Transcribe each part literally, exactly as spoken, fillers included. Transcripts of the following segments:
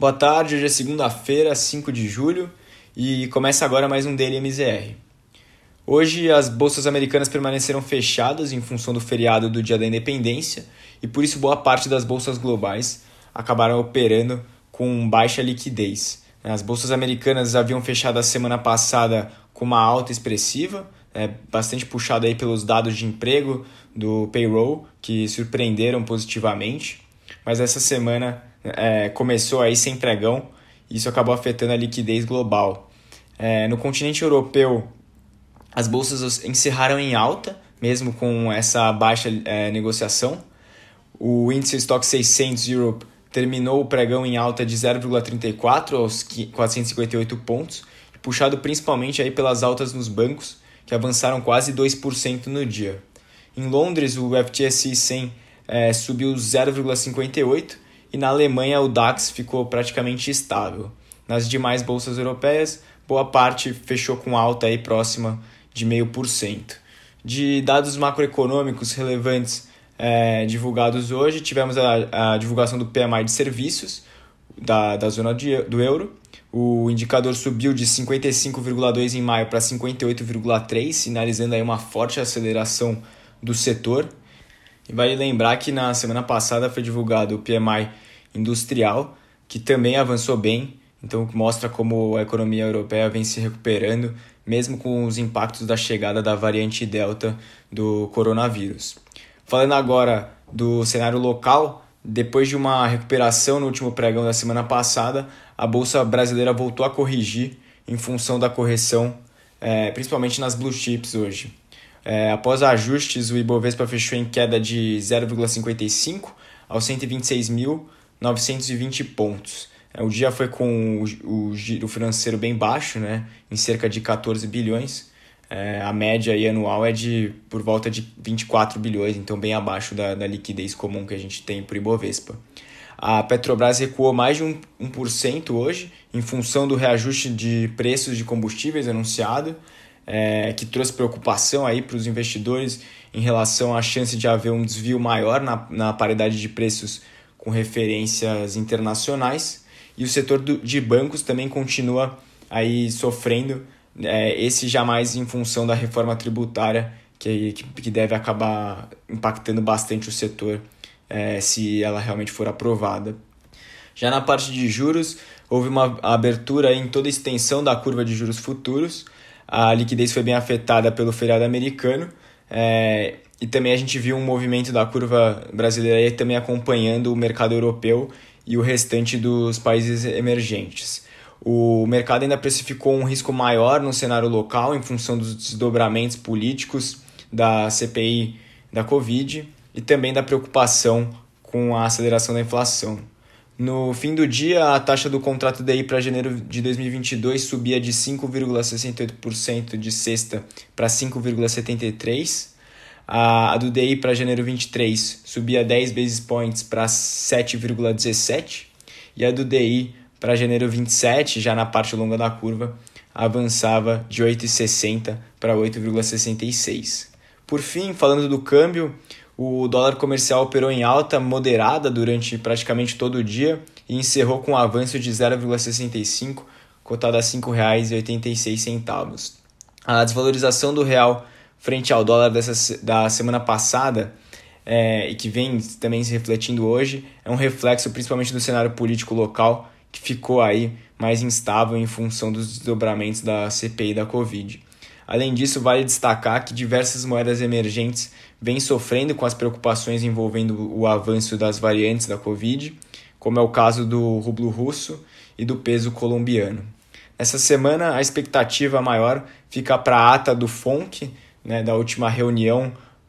Boa tarde, hoje é segunda-feira, cinco de julho, e começa agora mais um Daily M Z R. Hoje as bolsas americanas permaneceram fechadas em função do feriado do Dia da Independência e por isso boa parte das bolsas globais acabaram operando com baixa liquidez. As bolsas americanas haviam fechado a semana passada com uma alta expressiva, é, bastante puxada aí pelos dados de emprego do payroll, que surpreenderam positivamente, mas essa semana é, começou aí sem pregão e isso acabou afetando a liquidez global. É, no continente europeu, as bolsas encerraram em alta, mesmo com essa baixa é, negociação. O índice Stock seiscentos Europe terminou o pregão em alta de zero vírgula trinta e quatro aos quatrocentos e cinquenta e oito pontos, puxado principalmente aí pelas altas nos bancos, que avançaram quase dois por cento no dia. Em Londres, o F T S E cem é, subiu zero vírgula cinquenta e oito e na Alemanha o DAX ficou praticamente estável. Nas demais bolsas europeias, boa parte fechou com alta aí próxima de zero vírgula cinco por cento. De dados macroeconômicos relevantes é, divulgados hoje, tivemos a, a divulgação do P M I de serviços da, da zona de, do euro. O indicador subiu de cinquenta e cinco vírgula dois em maio para cinquenta e oito vírgula três, sinalizando aí uma forte aceleração do setor. E vale lembrar que na semana passada foi divulgado o P M I industrial, que também avançou bem, então mostra como a economia europeia vem se recuperando, mesmo com os impactos da chegada da variante Delta do coronavírus. Falando agora do cenário local, depois de uma recuperação no último pregão da semana passada, a Bolsa Brasileira voltou a corrigir em função da correção, é, principalmente nas blue chips hoje. É, após ajustes, o Ibovespa fechou em queda de zero vírgula cinquenta e cinco aos cento e vinte e seis mil novecentos e vinte pontos. O dia foi com o, o giro financeiro bem baixo, né, em cerca de quatorze bilhões. É, a média aí anual é de por volta de vinte e quatro bilhões, então bem abaixo da, da liquidez comum que a gente tem por Ibovespa. A Petrobras recuou mais de um, um por cento hoje, em função do reajuste de preços de combustíveis anunciado, é, que trouxe preocupação aí para os investidores em relação à chance de haver um desvio maior na, na paridade de preços com referências internacionais. E o setor do, de bancos também continua aí sofrendo, é, esse jamais em função da reforma tributária, que, que, que deve acabar impactando bastante o setor, é, se ela realmente for aprovada. Já na parte de juros, houve uma abertura em toda a extensão da curva de juros futuros. A liquidez foi bem afetada pelo feriado americano, é, e também a gente viu um movimento da curva brasileira aí também acompanhando o mercado europeu e o restante dos países emergentes. O mercado ainda precificou um risco maior no cenário local em função dos desdobramentos políticos da C P I da Covid e também da preocupação com a aceleração da inflação. No fim do dia, a taxa do contrato D I para janeiro de dois mil e vinte e dois subia de cinco vírgula sessenta e oito por cento de sexta para cinco vírgula setenta e três por cento. A do D I para janeiro vinte e três subia dez basis points para sete vírgula dezessete por cento e a do D I para janeiro vinte e sete, já na parte longa da curva, avançava de oito vírgula sessenta para oito vírgula sessenta e seis. Por fim, falando do câmbio, o dólar comercial operou em alta moderada durante praticamente todo o dia e encerrou com um avanço de zero vírgula sessenta e cinco, cotado a cinco reais e oitenta e seis centavos. A desvalorização do real frente ao dólar dessa, da semana passada, é, e que vem também se refletindo hoje, é um reflexo principalmente do cenário político local, que ficou aí mais instável em função dos desdobramentos da C P I da Covid. Além disso, vale destacar que diversas moedas emergentes vêm sofrendo com as preocupações envolvendo o avanço das variantes da Covid, como é o caso do rublo russo e do peso colombiano. Essa semana, a expectativa maior fica para a ata do F O N C, né, da última reunião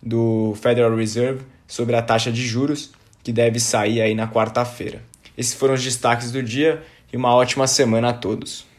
do Federal Reserve sobre a taxa de juros, que deve sair aí na quarta-feira. Esses foram os destaques do dia e uma ótima semana a todos.